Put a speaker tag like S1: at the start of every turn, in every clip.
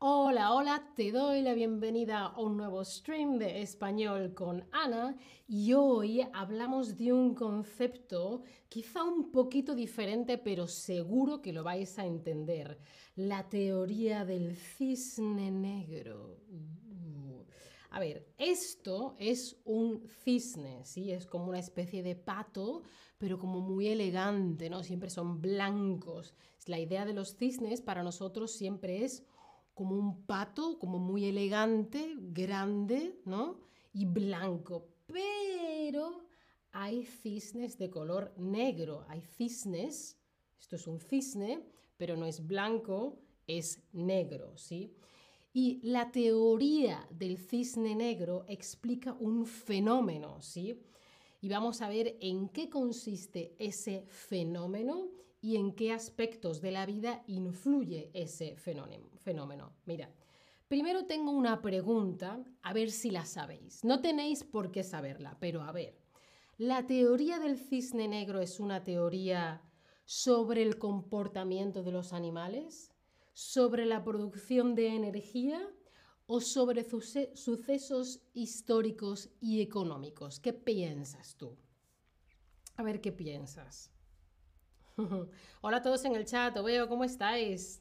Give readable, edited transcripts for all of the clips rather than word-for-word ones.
S1: Hola, hola, te doy la bienvenida a un nuevo stream de español con Ana y hoy hablamos de un concepto quizá un poquito diferente, pero seguro que lo vais a entender. La teoría del cisne negro. A ver, esto es un cisne, ¿sí? Es como una especie de pato, pero como muy elegante, ¿no? Siempre son blancos. La idea de los cisnes para nosotros siempre es como un pato, como muy elegante, grande, ¿no? Y blanco. Pero hay cisnes de color negro. Hay cisnes, esto es un cisne, pero no es blanco, es negro, ¿sí? Y la teoría del cisne negro explica un fenómeno, ¿sí? Y vamos a ver en qué consiste ese fenómeno y en qué aspectos de la vida influye ese fenómeno. Mira, primero tengo una pregunta, a ver si la sabéis. No tenéis por qué saberla, pero a ver. ¿La teoría del cisne negro es una teoría sobre el comportamiento de los animales? ¿Sobre la producción de energía? ¿O sobre sucesos históricos y económicos? ¿Qué piensas tú? A ver qué piensas. Hola a todos en el chat, os veo, ¿cómo estáis?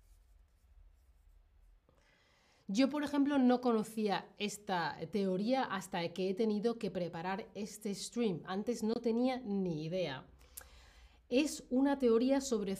S1: Yo, por ejemplo, no conocía esta teoría hasta que he tenido que preparar este stream. Antes no tenía ni idea. Es una teoría sobre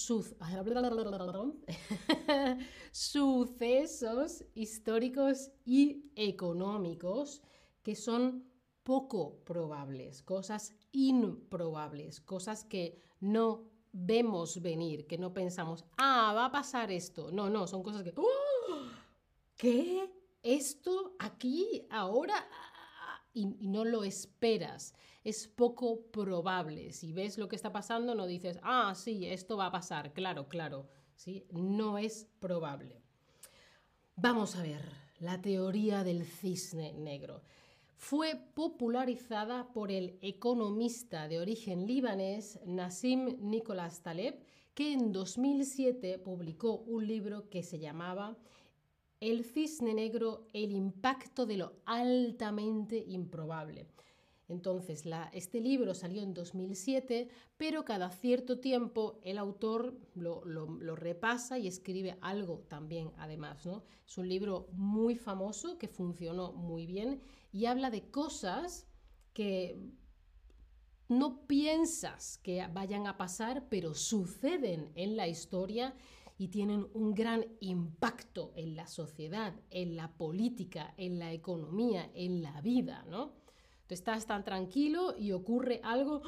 S1: sucesos históricos y económicos que son poco probables, cosas improbables, cosas que no vemos venir, que no pensamos, va a pasar esto. No, no, son cosas que, ¡oh! ¿Qué? ¿Esto aquí, ahora? Y no lo esperas. Es poco probable. Si ves lo que está pasando, no dices, sí, esto va a pasar. Claro, claro. ¿Sí? No es probable. Vamos a ver, la teoría del cisne negro. Fue popularizada por el economista de origen libanés Nassim Nicholas Taleb, que en 2007 publicó un libro que se llamaba El cisne negro, el impacto de lo altamente improbable. Entonces, este libro salió en 2007, pero cada cierto tiempo el autor lo repasa y escribe algo también, además, ¿no? Es un libro muy famoso que funcionó muy bien y habla de cosas que no piensas que vayan a pasar, pero suceden en la historia y tienen un gran impacto en la sociedad, en la política, en la economía, en la vida, ¿no? Tú estás tan tranquilo y ocurre algo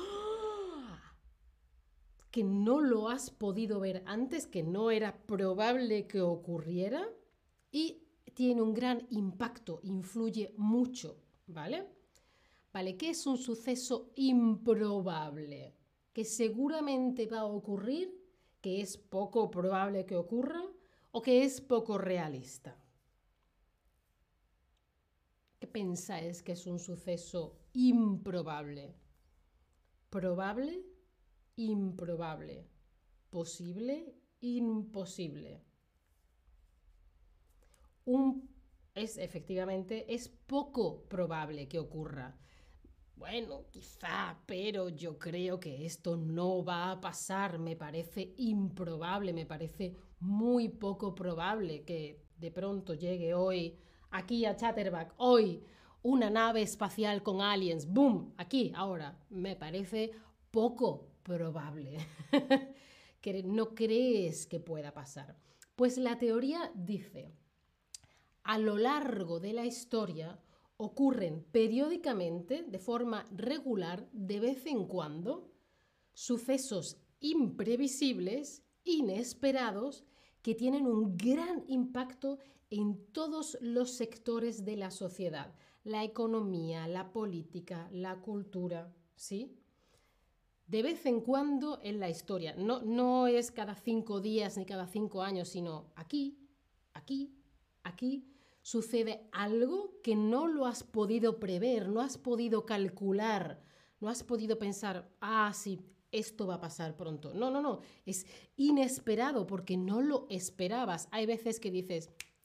S1: que no lo has podido ver antes, que no era probable que ocurriera y tiene un gran impacto, influye mucho, ¿vale? ¿Vale? ¿Qué es un suceso improbable? Que seguramente va a ocurrir, que es poco probable que ocurra o que es poco realista. ¿Qué pensáis que es un suceso improbable? Probable, improbable. Posible, imposible. Un, efectivamente, es poco probable que ocurra. Bueno, quizá, pero yo creo que esto no va a pasar. Me parece improbable, me parece muy poco probable que de pronto llegue hoy aquí a Chatterback, hoy una nave espacial con aliens, ¡boom! Aquí, ahora. Me parece poco probable. Que no crees que pueda pasar. Pues la teoría dice, a lo largo de la historia ocurren periódicamente, de forma regular, de vez en cuando, sucesos imprevisibles, inesperados, que tienen un gran impacto en todos los sectores de la sociedad, la economía, la política, la cultura, ¿sí? De vez en cuando en la historia, no es cada 5 días ni cada 5 años, sino aquí, aquí, aquí, sucede algo que no lo has podido prever, no has podido calcular, no has podido pensar, sí, esto va a pasar pronto. No, no, no, es inesperado porque no lo esperabas. Hay veces que dices,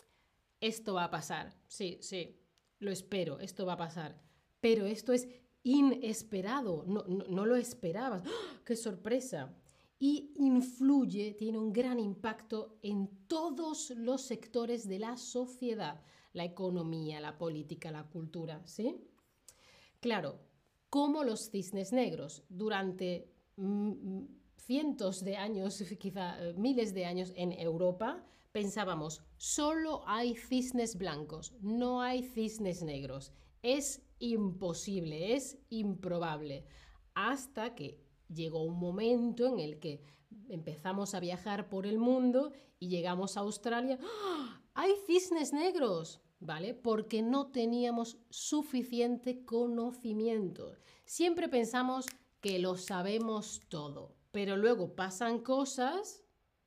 S1: esto va a pasar. Sí, sí, lo espero, esto va a pasar. Pero esto es inesperado, no lo esperabas. ¡Ah! ¡Qué sorpresa! Y influye, tiene un gran impacto en todos los sectores de la sociedad, la economía, la política, la cultura, ¿sí? Claro, como los cisnes negros durante cientos de años, quizá miles de años en Europa, pensábamos, solo hay cisnes blancos, no hay cisnes negros. Es imposible, es improbable. Hasta que llegó un momento en el que empezamos a viajar por el mundo y llegamos a Australia. ¡Ah! ¡Hay cisnes negros! ¿Vale? Porque no teníamos suficiente conocimiento. Siempre pensamos que lo sabemos todo, pero luego pasan cosas.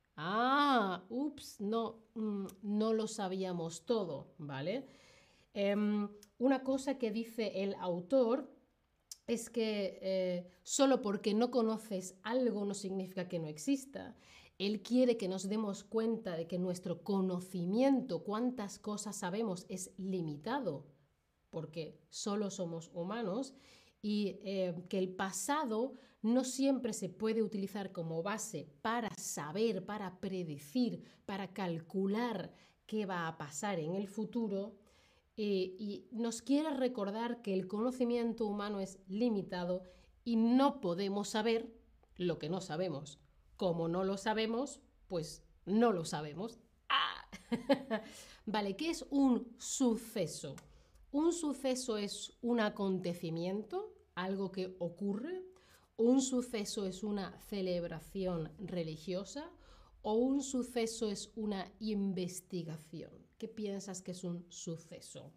S1: Ups, no lo sabíamos todo, ¿vale? Una cosa que dice el autor es que solo porque no conoces algo no significa que no exista. Él quiere que nos demos cuenta de que nuestro conocimiento, cuántas cosas sabemos, es limitado, porque solo somos humanos, y que el pasado no siempre se puede utilizar como base para saber, para predecir, para calcular qué va a pasar en el futuro. Y nos quiere recordar que el conocimiento humano es limitado y no podemos saber lo que no sabemos. Como no lo sabemos, pues no lo sabemos. ¡Ah! Vale, ¿qué es un suceso? Un suceso es un acontecimiento, algo que ocurre. Un suceso es una celebración religiosa o un suceso es una investigación. ¿Qué piensas que es un suceso?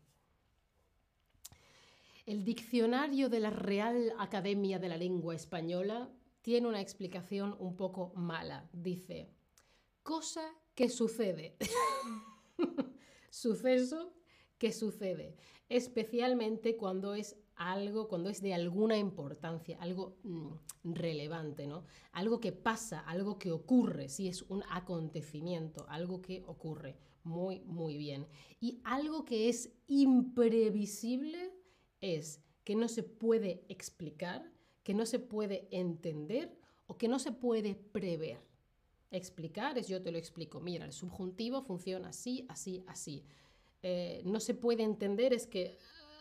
S1: El diccionario de la Real Academia de la Lengua Española tiene una explicación un poco mala. Dice, cosa que sucede. Suceso que sucede, especialmente cuando es algo, cuando es de alguna importancia, algo relevante, ¿no? Algo que pasa, algo que ocurre, si es un acontecimiento, algo que ocurre. Muy, muy bien. Y algo que es imprevisible es que no se puede explicar, que no se puede entender o que no se puede prever. Explicar es yo te lo explico. Mira, el subjuntivo funciona así, así, así. No se puede entender es que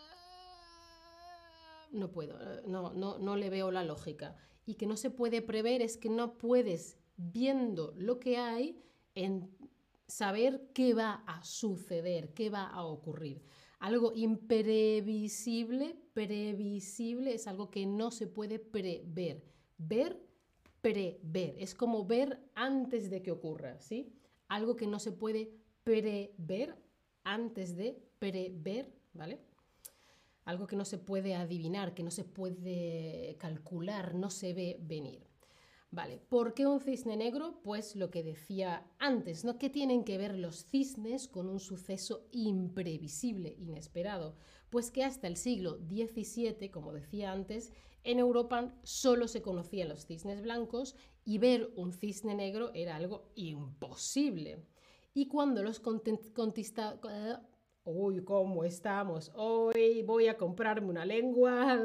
S1: no puedo, no le veo la lógica. Y que no se puede prever es que no puedes, viendo lo que hay, en saber qué va a suceder, qué va a ocurrir. Algo imprevisible, previsible, es algo que no se puede prever. Ver, prever. Es como ver antes de que ocurra, ¿sí? Algo que no se puede prever antes de prever, ¿vale? Algo que no se puede adivinar, que no se puede calcular, no se ve venir. Vale, ¿por qué un cisne negro? Pues lo que decía antes, ¿no? ¿Qué tienen que ver los cisnes con un suceso imprevisible, inesperado? Pues que hasta el siglo XVII, como decía antes, en Europa solo se conocían los cisnes blancos y ver un cisne negro era algo imposible. Y cuando los conquistadores... Uy, ¿cómo estamos? Hoy voy a comprarme una lengua.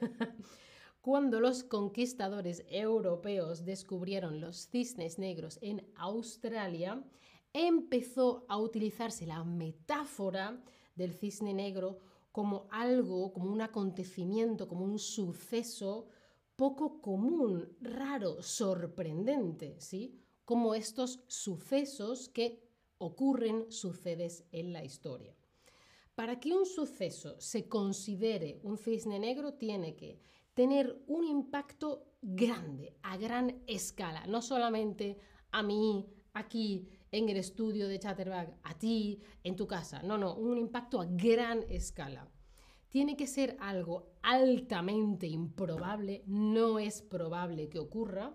S1: Cuando los conquistadores europeos descubrieron los cisnes negros en Australia, empezó a utilizarse la metáfora del cisne negro como algo, como un acontecimiento, como un suceso poco común, raro, sorprendente, ¿sí? Como estos sucesos que ocurren, sucedes en la historia. Para que un suceso se considere un cisne negro, tiene que tener un impacto grande, a gran escala, no solamente a mí, aquí en el estudio de Chatterbug, a ti, en tu casa, no, un impacto a gran escala. Tiene que ser algo altamente improbable, no es probable que ocurra,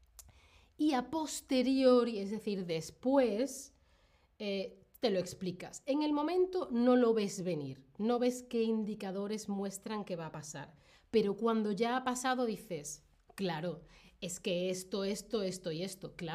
S1: y a posteriori, es decir, después, te lo explicas. En el momento no lo ves venir, no ves qué indicadores muestran que va a pasar. Pero cuando ya ha pasado dices, claro, es que esto y esto, claro,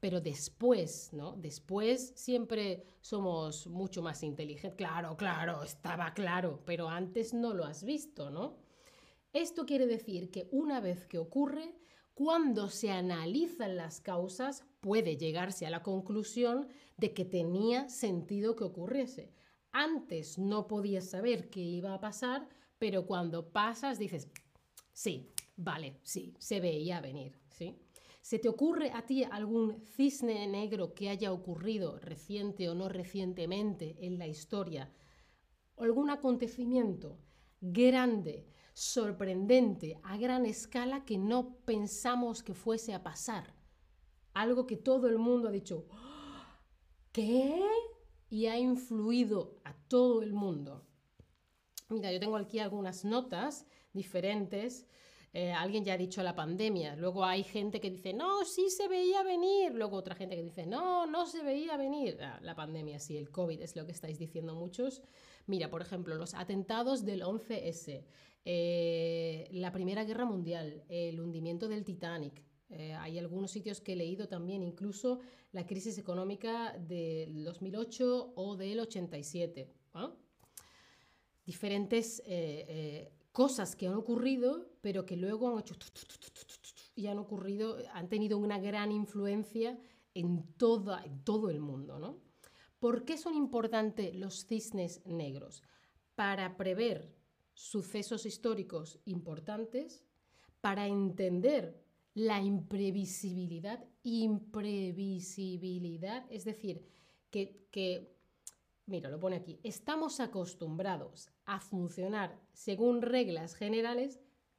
S1: Pero después, ¿no? Después siempre somos mucho más inteligentes. Claro, claro, estaba claro, pero antes no lo has visto, ¿no? Esto quiere decir que una vez que ocurre, cuando se analizan las causas, puede llegarse a la conclusión de que tenía sentido que ocurriese. Antes no podías saber qué iba a pasar, pero cuando pasas dices, sí, vale, sí, se veía venir, ¿sí? ¿Se te ocurre a ti algún cisne negro que haya ocurrido reciente o no recientemente en la historia? ¿Algún acontecimiento grande, sorprendente, a gran escala que no pensamos que fuese a pasar? Algo que todo el mundo ha dicho, ¿qué? Y ha influido a todo el mundo. Mira, yo tengo aquí algunas notas diferentes. Alguien ya ha dicho la pandemia. Luego hay gente que dice, no, sí se veía venir. Luego otra gente que dice, no, no se veía venir. La pandemia, sí, el COVID es lo que estáis diciendo muchos. Mira, por ejemplo, los atentados del 11S, la Primera Guerra Mundial, el hundimiento del Titanic. Hay algunos sitios que he leído también, incluso la crisis económica del 2008 o del 87. ¿Ah? Diferentes cosas que han ocurrido, pero que luego han hecho y han ocurrido, han tenido una gran influencia en todo el mundo, ¿no? ¿Por qué son importantes los cisnes negros? Para prever sucesos históricos importantes, para entender la imprevisibilidad, es decir, que mira, lo pone aquí, estamos acostumbrados a funcionar según reglas generales,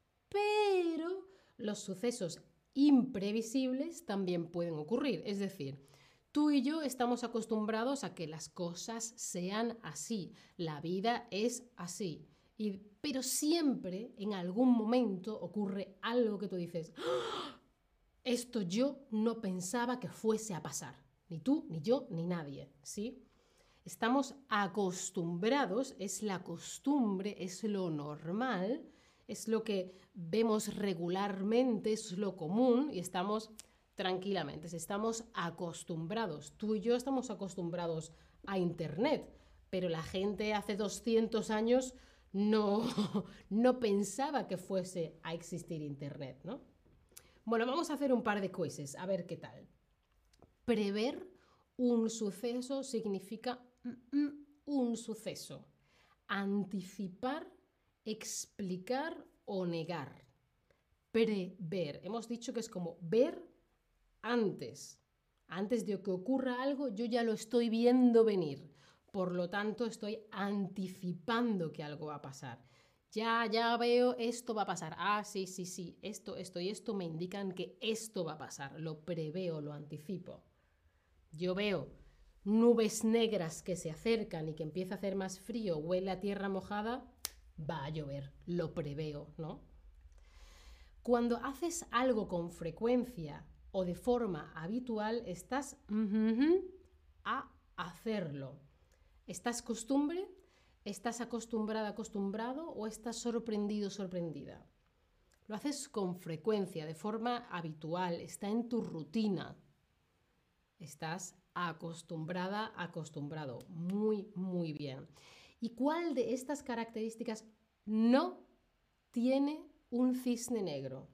S1: pero los sucesos imprevisibles también pueden ocurrir. Es decir, tú y yo estamos acostumbrados a que las cosas sean así, la vida es así. Pero siempre, en algún momento, ocurre algo que tú dices, ¡ah! Esto yo no pensaba que fuese a pasar. Ni tú, ni yo, ni nadie, ¿sí? Estamos acostumbrados, es la costumbre, es lo normal, es lo que vemos regularmente, es lo común y estamos tranquilamente, estamos acostumbrados. Tú y yo estamos acostumbrados a Internet, pero la gente hace 200 años no, no pensaba que fuese a existir Internet, ¿no? Bueno, vamos a hacer un par de quizzes, a ver qué tal. Prever un suceso significa un suceso. Anticipar, explicar o negar. Prever. Hemos dicho que es como ver antes. Antes de que ocurra algo, yo ya lo estoy viendo venir. Por lo tanto, estoy anticipando que algo va a pasar. Ya veo, esto va a pasar. Ah, sí, esto y esto me indican que esto va a pasar. Lo preveo, lo anticipo. Yo veo nubes negras que se acercan y que empieza a hacer más frío, huele a tierra mojada, va a llover, lo preveo, ¿no? Cuando haces algo con frecuencia o de forma habitual, estás a hacerlo. ¿Estás costumbre? ¿Estás acostumbrada, acostumbrado o estás sorprendido, sorprendida? Lo haces con frecuencia, de forma habitual, está en tu rutina. Estás acostumbrada, acostumbrado. Muy, muy bien. ¿Y cuál de estas características no tiene un cisne negro?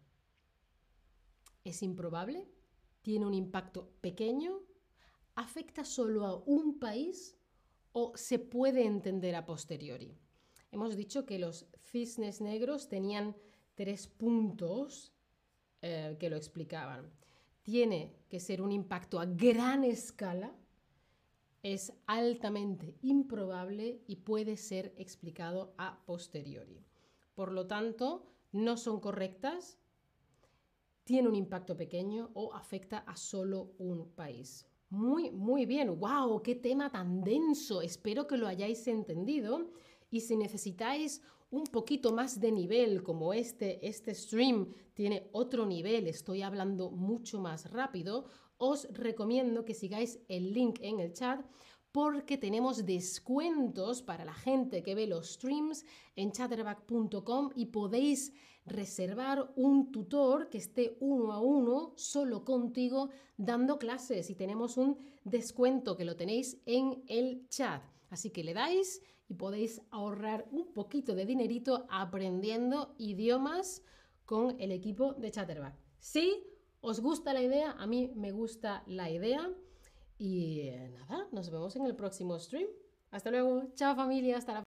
S1: ¿Es improbable? ¿Tiene un impacto pequeño? ¿Afecta solo a un país o se puede entender a posteriori? Hemos dicho que los cisnes negros tenían 3 puntos que lo explicaban. Tiene que ser un impacto a gran escala, es altamente improbable y puede ser explicado a posteriori. Por lo tanto, no son correctas, tiene un impacto pequeño o afecta a solo un país. Muy, muy bien. ¡Wow! ¡Qué tema tan denso! Espero que lo hayáis entendido. Y si necesitáis un poquito más de nivel, como este stream tiene otro nivel, estoy hablando mucho más rápido, os recomiendo que sigáis el link en el chat porque tenemos descuentos para la gente que ve los streams en chatterback.com y podéis reservar un tutor que esté uno a uno, solo contigo, dando clases y tenemos un descuento que lo tenéis en el chat. Así que le dais y podéis ahorrar un poquito de dinerito aprendiendo idiomas con el equipo de Chatterback. ¿Sí? ¿Os gusta la idea? A mí me gusta la idea. Y nada, nos vemos en el próximo stream. Hasta luego. Chao familia, hasta la